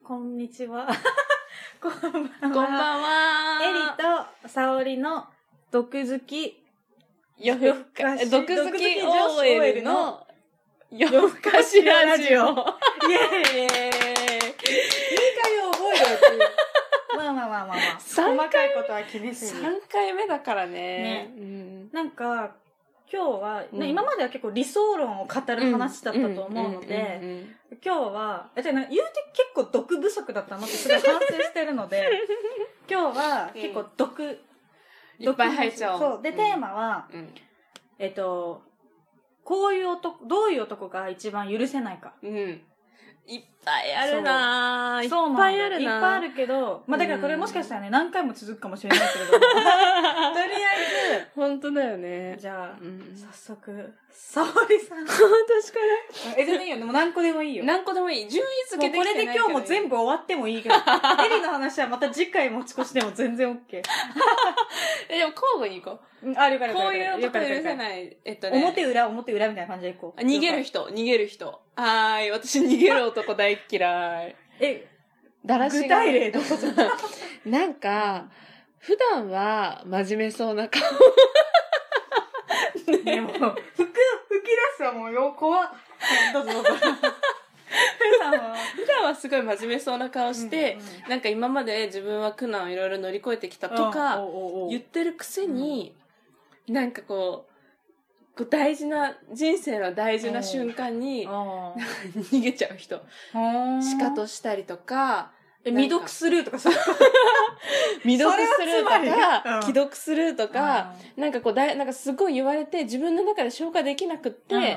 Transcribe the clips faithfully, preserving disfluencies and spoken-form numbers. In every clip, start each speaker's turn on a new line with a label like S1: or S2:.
S1: こんにちは。こんばんは。
S2: こんばんは。
S1: エリと沙織の毒好き
S2: 夜更かし、毒好き オーエル の夜更かしラジオ。イェーイ。
S1: イエーイ。いいかよ、覚えろよっていう。まあまあまあまあまあ。細かいことは気にせず。
S2: さんかいめだからね。
S1: ね。
S2: うん、
S1: なんか、今日は、ね、
S2: うん、
S1: 今までは結構理想論を語る話だったと思うので、今日は、え、じゃあ言うて結構毒不足だったのってすごい反省してるので、今日は結構毒、うん、
S2: いっぱい入っちゃおう。
S1: そう。で、テーマは、うん、えっと、こういう男、どういう男が一番許せないか。
S2: うん。いっぱいあるなぁ。いっ
S1: ぱいあるなぁ。いっぱいあるけど、まあ、だからこれもしかしたらね、何回も続くかもしれないけれども。とりあえず。
S2: 本当だよね。
S1: じゃあ、
S2: うん、
S1: 早速、沙織さん。
S2: 確か
S1: に。え、全然いいよ。でも何個でもいいよ。
S2: 何個でもいい。順位付けできてないけど、
S1: もうこれで今日も全部終わってもいいけど。エリの話はまた次回持ち越しでも全然 OK。
S2: え、でも交互に行こう。
S1: あ、了解了解。
S2: こういう男許せない。えっとね。
S1: 表裏、表裏みたいな感じで行こう。
S2: 逃げる人、逃げる人。はーい。私逃げる男大嫌い。
S1: え、
S2: だらしが。
S1: 具体例どうぞ。
S2: なんか、普段は真面目そうな顔。
S1: ね、もう、吹く、吹き出すわ、もうよ、怖っ。どうぞどうぞ。普段は
S2: 普段はすごい真面目そうな顔して、うんうん、なんか今まで自分は苦難をいろいろ乗り越えてきたとか言ってるくせに、うん、なんかこう、こう大事な、人生の大事な瞬間に逃げちゃう人。シカトしたりとか、
S1: え、未読スルーとかそういう
S2: 未読スルーとか、既読スルーとか、なんかこうだい、なんかすごい言われて自分の中で消化できなくって、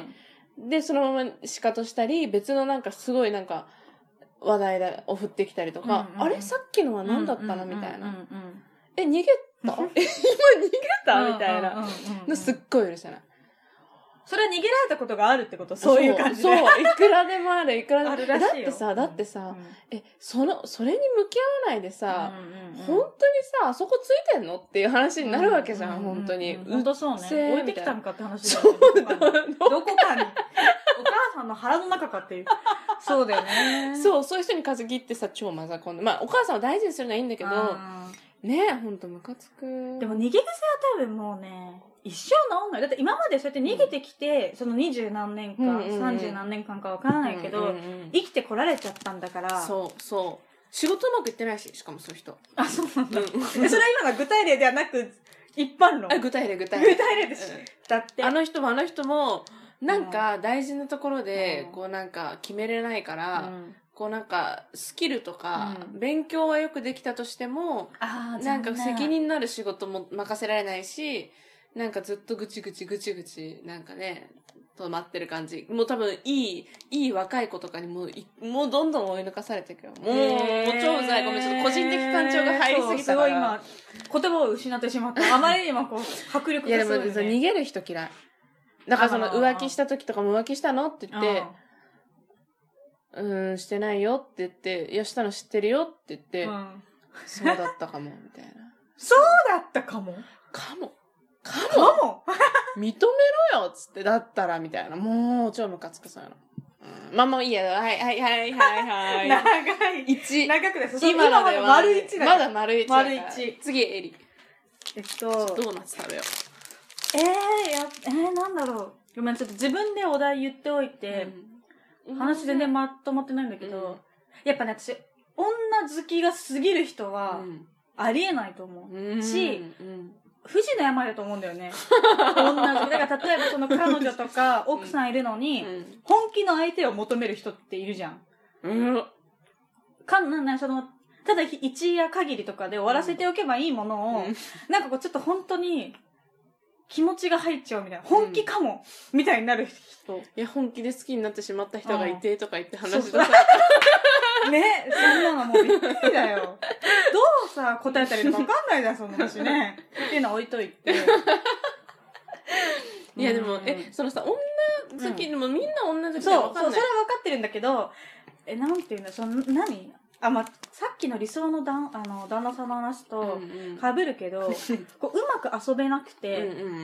S2: うん、で、そのままシカトしたり、別のなんかすごいなんか話題を振ってきたりとか、うんうん、あれさっきのは何だったのみたいな。え、逃げたえ、今逃げたみたいなのすっごい許せない。
S1: それは逃げられたことがあるってこと？そういう感じで。
S2: そう、そういくらでもある、いくらでもあるらしいよ。だってさ、だってさ、うん、え、その、それに向き合わないでさ、うんうんうん、本当にさ、あそこついてんのっていう話になるわけじゃん、うんうんうん、本当に。
S1: 本当そうね。置いてきたんかって話だ
S2: よね。そう
S1: だ、どこかに。お母さんの腹の中かっていう。そうだよね。
S2: そう、そういう人に数切ってさ、超マザコンで。まあ、お母さんを大事にするのはいいんだけど、ねえ、ほんとムカつく。
S1: でも逃げ癖は多分もうね、一生治んない。だって今までそうやって逃げてきて、うん、その二十何年か、三十何年間かわからないけど、うんうんうん、生きてこられちゃったんだから。
S2: そう、そう。仕事うまくいってないし、しかもそういう人。
S1: あ、そうなんだ。うん、それは今の具体例ではなく、一般論。
S2: あ、具体例、具体例。
S1: 具体例です。うん、だって。
S2: あの人もあの人も、なんか大事なところで、こうなんか決めれないから、うんこうなんか、スキルとか、うん、勉強はよくできたとしても、なんか責任のある仕事も任せられないし、なんかずっとぐちぐちぐちぐち、なんかね、止まってる感じ。もう多分いい、いい若い子とかにもう、もうどんどん追い抜かされていくよ。もう、もう超うざい。ごめん、ちょっと個人的感情が入りすぎたから。すごい今、
S1: 言葉を失ってしまった。あまりにもこう、迫力がすごい、ね。
S2: いやでも、逃げる人嫌い。だからその浮気した時とかも浮気したのって言って、うーん、してないよって言って、いや、したの知ってるよって言って、うん、そうだったかも、みたいな。
S1: そうだったかも
S2: かもか
S1: もかも
S2: 認めろよつって、だったら、みたいな。もう、超ムカつくそういうの。うん、まあもういいや、はいはいはいはいはい。
S1: 長い。
S2: 一。
S1: 長くです。
S2: 今のでは。
S1: 丸一だ。
S2: まだ丸一だ。
S1: 丸一。
S2: 次、エリ。
S1: えっと、
S2: ドーナツ食べよう。
S1: えー、や、えー、なんだろう。ごめん、ちょっと自分でお題言っておいて、うん、話全然まとまってないんだけど、うん、やっぱね、私、女好きが過ぎる人は、ありえないと思う。うん、し、うん、不治の病だと思うんだよね。女好き。だから例えばその彼女とか奥さんいるのに、うん、本気の相手を求める人っているじゃん。うん。かん、なんな、その、ただ一夜限りとかで終わらせておけばいいものを、うん、なんかこうちょっと本当に、気持ちが入っちゃうみたいな。本気かも、うん、みたいになる人。
S2: いや、本気で好きになってしまった人がいて、とか言って話し出
S1: されね、そんなのもうびっくりだよ。どうさ、答えたりとかわかんないじゃん、そんな話ね。っていうのは置いといて。
S2: いや、でも、え、そのさ、女好き、うん、でもみんな女好きはわかんない。
S1: そう、そう、それはわかってるんだけど、え、なんていうんだ、その、何あ、まあ、さっきの理想のだんあの旦那さんの話と被るけど、うんうん、こううまく遊べなくて、うんうんうん、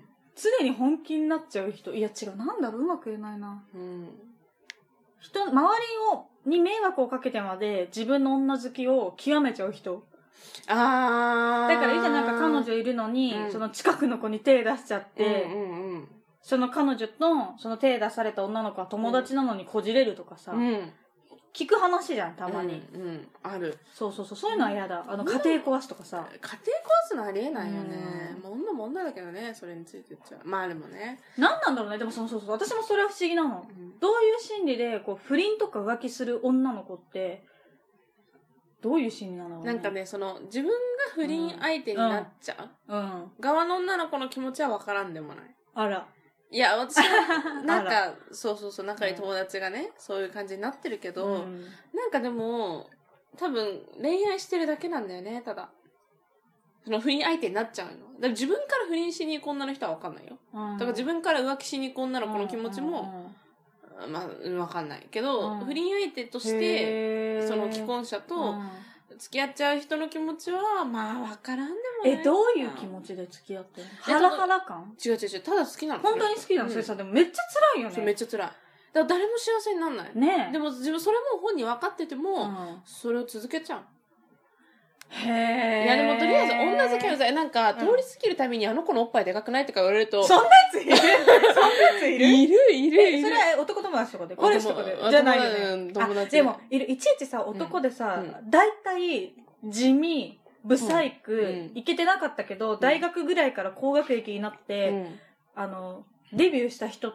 S1: 常に本気になっちゃう人、いや違う、なんだろう、うまく言えないな。うん、人、周りをに迷惑をかけてまで自分の女好きを極めちゃう人。
S2: あー。
S1: だからいいじゃん、なんか彼女いるのに、うん、その近くの子に手出しちゃって、
S2: うんうんうん、
S1: その彼女とその手出された女の子は友達なのにこじれるとかさ、うん、聞く話じゃん、たまに。
S2: うん、うん、ある。
S1: そうそうそう、そういうのは嫌だ。あの、家庭壊すとかさ。
S2: 家庭壊すのありえないよね。うん、もう女も女だけどね、それについてっちゃう。まあでもね。
S1: なんなんだろうね、でもそうそうそう、私もそれは不思議なの。うん、どういう心理で、こう、不倫とか浮気する女の子って、どういう心理なの、
S2: ね、なんかね、その、自分が不倫相手になっちゃう、うんうん、側の女の子の気持ちはわからんでもない。
S1: あら。
S2: いや、私は、なんか、そうそうそう、仲いい友達がね、うん、そういう感じになってるけど、うん、なんかでも、多分、恋愛してるだけなんだよね、ただ。その不倫相手になっちゃうの。だから自分から不倫しに行く女の人はわかんないよ。うん、だから自分から浮気しに行く女の子の気持ちも、うんうんうん、まあ、わかんないけど、うん、不倫相手として、その既婚者と付き合っちゃう人の気持ちは、まあ、わからんでもない。
S1: え、どういう気持ちで付き合ってんの？ハラハラ感？
S2: 違う違う違う、ただ好きなの。
S1: 本当に好きなの、うん、それさ、でもめっちゃ辛いよね。
S2: そう、めっちゃ辛い。だから誰も幸せになんない。ねでも自分、それも本人分かってても、うん、それを続けちゃう。へー。いやでもとりあえず女好きのさ、なんか通り過ぎるたびにあの子のおっぱいでかくないとか言われると。
S1: そんなやついるそんなやついる
S2: いるいるいる。
S1: それは男友達とかで彼氏とかでじゃないよね。友達でもいる、いちいちさ、男でさ、だいたい地味、ブサイク、いけてなかったけど、大学ぐらいから高学歴になって、あの、デビューした人って、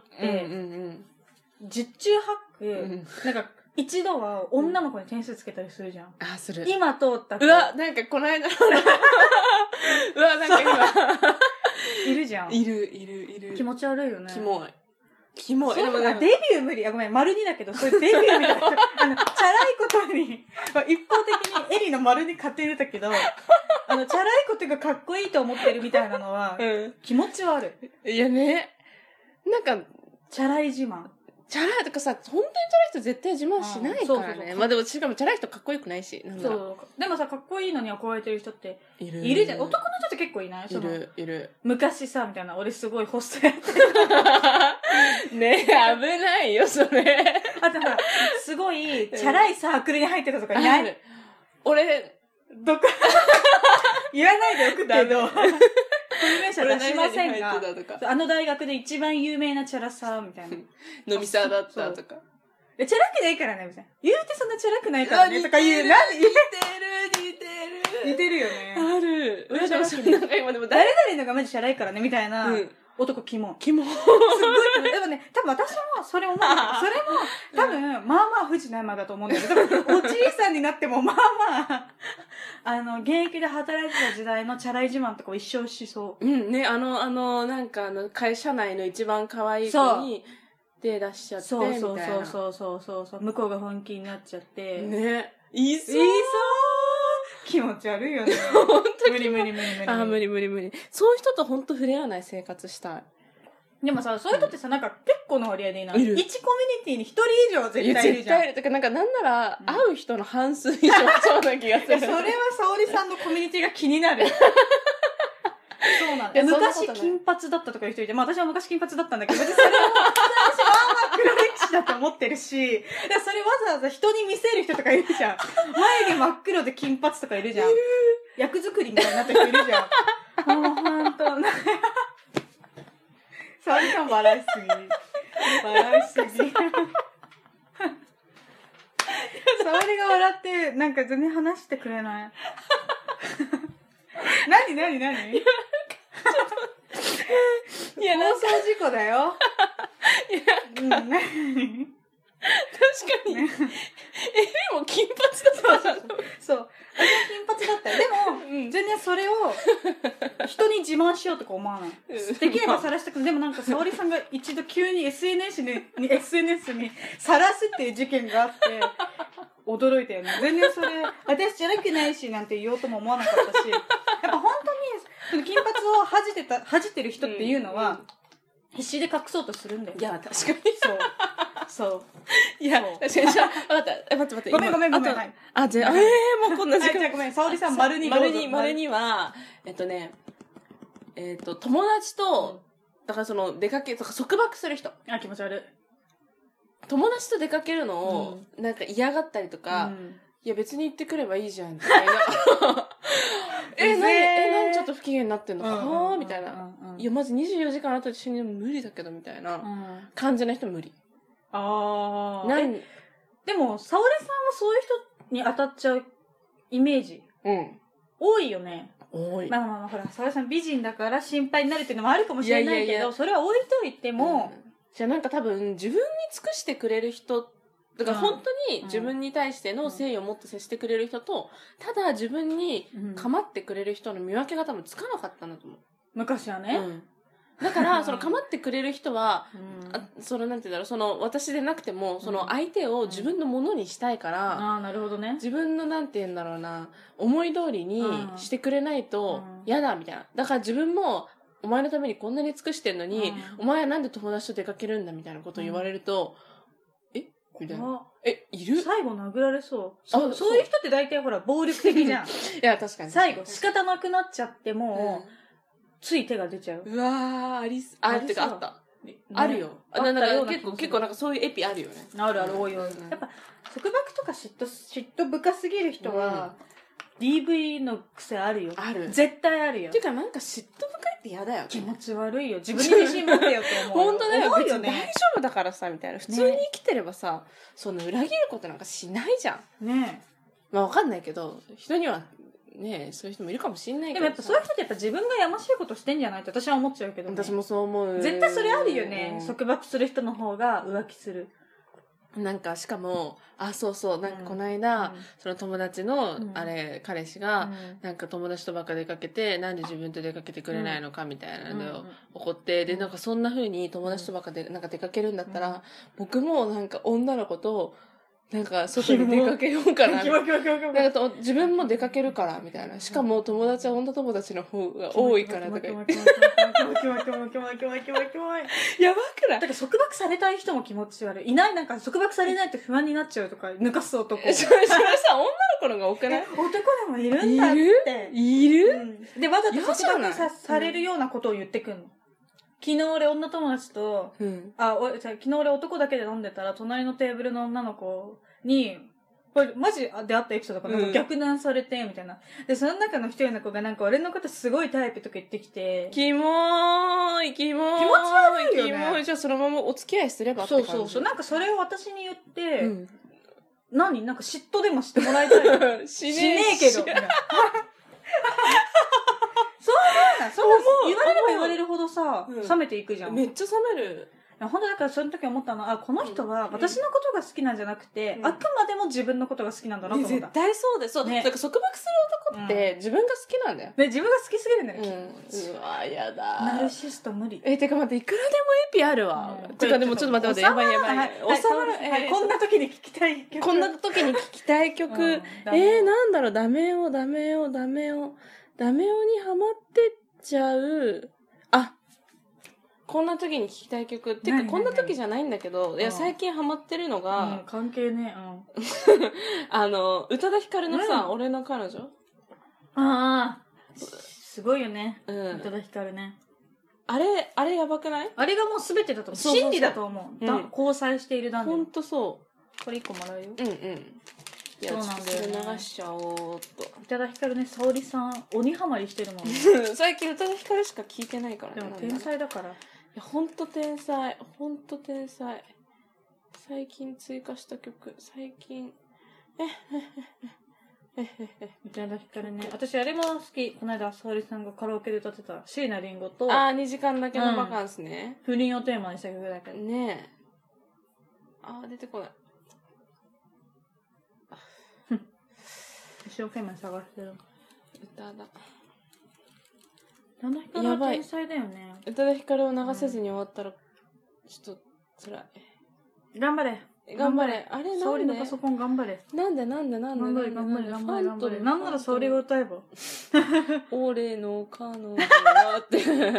S1: 十中八九、なんか、一度は女の子に点数つけたりするじゃん。
S2: あ、する。
S1: 今通った子。
S2: うわ、なんかこの間のうわ、なんか今。
S1: いるじゃん。
S2: いる、いる、いる。
S1: 気持ち悪いよね。
S2: キモい。キモい。
S1: でもデビュー無理。あ、ごめん、丸にだけど、そういうデビューみたいな。あの、チャラいことに、まあ、一方的にエリの丸に勝手に言ったけど、あの、チャラいことがかっこいいと思ってるみたいなのは、うん、気持ち悪
S2: い。いやね。なんか、
S1: チャラい自慢。
S2: チャラいとかさ、本当にチャラい人絶対自慢しないからね。そうそうそう。まあでも、しかもチャラい人かっこよくないし。なんだろう。そう。
S1: でもさ、かっこいいのに憧れてる人って、いる。いるじゃん。男の人って結構いない？
S2: いる、いる。
S1: 昔さ、みたいな、俺すごいホストやってる。
S2: ねえ、危ないよ、それ。
S1: あとほら、すごい、チャラいサークルに入ってたとかいない？
S2: 俺、
S1: どっか、言わないでおくけど。コミュ名者出しませんが、あの大学で一番有名なチャラさみたいな。
S2: 飲みサーだったとか。
S1: え、チャラくないからね、みたいな。言うてそんなチャラくないからね、とか言う。
S2: 似てる、似てる。
S1: 似てるよね。
S2: ある。
S1: 俺チャラくない。今でも誰々のがマジチャラいからね、みたいな。男キモ。
S2: キモ。す
S1: ごい。でもね、多分私もそれ思う。それも、多分、まあまあ藤野山だと思うんだけど、多分、おじいさんになっても、まあまあ、あの、現役で働いてた時代のチャラい自慢とかを一生しそう。
S2: うんね、あの、あの、なんかあの、会社内の一番可愛い子に手出しちゃって、
S1: そうそうそうそうそうそうそう。向こうが本気になっちゃって。
S2: ね。言いそう。
S1: 言いそう気持ち悪いよね。
S2: 本当に。
S1: 無理無理無理無理。
S2: あ、無理無理無理。そういう人と本当触れ合わない生活したい。
S1: でもさ、そういう人ってさ、なんか結構の割合でいいな。いる。いちコミュニティにひとり以上絶対いるじゃん。絶対いる。
S2: てか、なんかなんなら、会う人の半数以上そうな気がする。
S1: それは沙織さんのコミュニティが気になる。そうなんだ。昔金髪だったとかいう人いて、まあ私は昔金髪だったんだけど、別にそれも、私はまあまあ黒歴史だと思ってるし、それわざわざ人に見せる人とかいるじゃん。眉毛真っ黒で金髪とかいるじゃん。役作りみたいになった人いるじゃん。もうほんと、沙織さん笑いすぎ。笑いすぎ。沙織が笑って、なんか全然話してくれない。何何何いや、放送事故だよ。
S2: いや、うん、確かに。ね、え、でも金髪だったじゃん。
S1: そう。私は金髪だったよ。でも、うん、全然それを人に自慢しようとか思わない。できれば晒したくて、でもなんか沙織さんが一度急に エスエヌエス に、エスエヌエス に晒すっていう事件があって、驚いたよね。全然それ、私じゃなくないしなんて言おうとも思わなかったし、やっぱ本当に、金髪を恥じてた、恥じてる人っていうのは、うん、必死で隠そうとするんだよ。
S2: いや、確かに。そう。
S1: そう。
S2: いや、確かに。じゃあ、待って、え、待って待って。
S1: ごめんごめんごめん。
S2: あ、じゃあ、ええー、もうこんな時間。
S1: じゃあごめん、沙織さん、丸に
S2: 丸に、丸には、えっとね、えっと、友達と、だからその、出かけ、とか束縛する人。
S1: あ、気持ち悪い。
S2: 友達と出かけるのをなんか嫌がったりとか、うん、いや別に行ってくればいいじゃんみたいなえ、なに、え、なにちょっと不機嫌になってんのか、うんうん、みたいな、うんうん、いやまずにじゅうよじかん後で死んでも無理だけどみたいな感じの人無理。
S1: ああ。なんでも沙織さんはそういう人に当たっちゃうイメージ、うん、多いよね。
S2: 多い。
S1: まあまあまあ、ほら沙織さん美人だから心配になるっていうのもあるかもしれないけど、いやいやいやそれは置いといても、
S2: うん、じゃあなんか多分自分に尽くしてくれる人だから本当に自分に対しての誠意を持って接してくれる人と、ただ自分に構ってくれる人の見分けが多分つかなかったんだと思う。
S1: 昔はね。うん、
S2: だから、その構ってくれる人は、うん、あそのなんて言うんだろう、その私でなくても、その相手を自分のものにしたいから、
S1: うん、ああ、なるほどね。
S2: 自分のなんて言うんだろうな、思い通りにしてくれないと嫌だみたいな。だから自分も、お前のためにこんなに尽くしてんのに、うん、お前はなんで友達と出かけるんだみたいなことを言われると、うん、えみたいな。え、いる？
S1: 最後殴られそう。そう、そういう人って大体ほら、暴力的じゃん。い
S2: や、確かに。
S1: 最後、仕方なくなっちゃっても、うん、つい手が出ちゃう。
S2: うわー、ありす、あ、てかあった。あるよ。あ、なんか結構、結構なんかそういうエピあるよね。
S1: あるある、多い多い。やっぱ、束縛とか嫉妬、嫉妬深すぎる人は、ディーブイ の癖あるよ。
S2: ある。
S1: 絶対あるよ。
S2: ていうかなんか嫉妬深いって嫌だよね。
S1: 気持ち悪いよ。自分に自信持ってよって思う。
S2: 本当だよ。別に大丈夫だからさ、みたいな。普通に生きてればさ、そんな裏切ることなんかしないじゃん。
S1: ねえ。
S2: まあわかんないけど、人にはね、そういう人もいるかもしんないけど。
S1: でもやっぱそういう人ってやっぱ自分がやましいことしてんじゃないって私は思っちゃうけどね。
S2: 私もそう思う。
S1: 絶対それあるよね。束縛する人の方が浮気する。
S2: なんかしかもあそうそうなんかこの間、うん、その友達の、うん、あれ彼氏が、うん、なんか友達とばっか出かけてなんで自分と出かけてくれないのかみたいなのを怒って、でなんかそんな風に友達とばっかでなんか出かけるんだったら、僕もなんか女の子となんか外に出かけようかななんかと自分も出かけるからみたいな、しかも友達は女友達の方が多いからとか言ってやばくない？
S1: だから束縛されたい人も気持ち悪い。いないなんか束縛されないと不安になっちゃうとか抜かす男。
S2: それそれさ女の子のが多くない？
S1: 男でもいるんだって。
S2: いる？
S1: うん、でわざと束縛さされるようなことを言ってくんの。昨日俺女友達と、うん、あ、お昨日俺男だけで飲んでたら隣のテーブルの女の子に、これマジであったエピソードかな、うん、逆難されてみたいな。でその中の一人の子がなんか俺のことすごいタイプとか言ってきて、
S2: キモーいキモーい
S1: 気持ち悪いよね。
S2: キモい。じゃあそのままお付き合いすればって感じ。
S1: そうそうそう。なんかそれを私に言って、うん、何なんか嫉妬でもしてもらいたいしねえけど。そうなんだ。そう言われれば言われるほどさ、うん、冷めていくじゃん。
S2: めっちゃ冷める。
S1: いや本当だからその時思ったのは、あ、この人は私のことが好きなんじゃなくて、うん、あくまでも自分のことが好きなんだなと思った。
S2: 絶対そうです。そう。ね、だから束縛する男って自分が好きなんだよ。
S1: ね、自分が好きすぎるんだよ。
S2: うん、うわ、やだ。
S1: ナルシスト無理。
S2: え、てか待って、いくらでもエピあるわ。うん、てかでもちょっと待って待って、やばいやばい。はい、
S1: 収まる、はい、こんな時に聞きたい曲。
S2: こんな時に聞きたい曲。うん、えー、なんだろう、ダメよ、ダメよ、ダメよ。ダメよにハマってっちゃう。あ、こんな時に聴きたい曲っていうかこんな時じゃないんだけど、いや最近ハマってるのが、
S1: うん、関係ねえ、うん、
S2: あの宇多田ヒカルのさ、うん、俺の彼女。
S1: ああすごいよね、うん、宇多田ヒカルね。
S2: あれあれやばくない？
S1: あれがもう全てだと思う。真理だと思う、うん、交際している男女。
S2: ほんとそう。
S1: これ一個もらうよ。
S2: うんうん。いやそうなんだよ、ね、流しちゃおうっと。
S1: 宇多田ヒカルね、沙織さん鬼ハマりしてるもんね。
S2: 最近宇多田ヒカルしか聞いてないからね。
S1: でも天才だから。
S2: いやほんと天才、ほんと天才。最近追加した曲、最近えへへへへへ。
S1: 宇多田ヒカルね、私あれも好き。この間沙織さんがカラオケで歌ってた椎名林檎と、
S2: あーにじかんだけのバカンスね、
S1: うん、不倫をテーマにした曲だけど
S2: ね。えあー出てこない。
S1: 一生懸命探してる。
S2: 歌だ。
S1: 宇多田ヒカルは天才だよね。
S2: 宇多田ヒカルを流せずに終わったら、うん、ちょっと辛い。
S1: 頑張れ。
S2: 頑張れ。あれなんで？
S1: 沙織のパソコン頑張れ。
S2: なんでなんでなんで
S1: 頑張れ頑張れ頑張れ頑張れ。なんなら沙織が歌えば。
S2: 俺の彼女はって。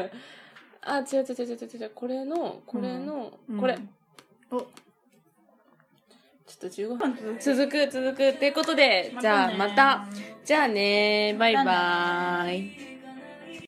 S2: あ、違う違う違う違う違う。これの、これの、うん、これ。お。ちょっとじゅうごふん続く続くっていうことで、じゃあまた。じゃあねー、バイバーイ。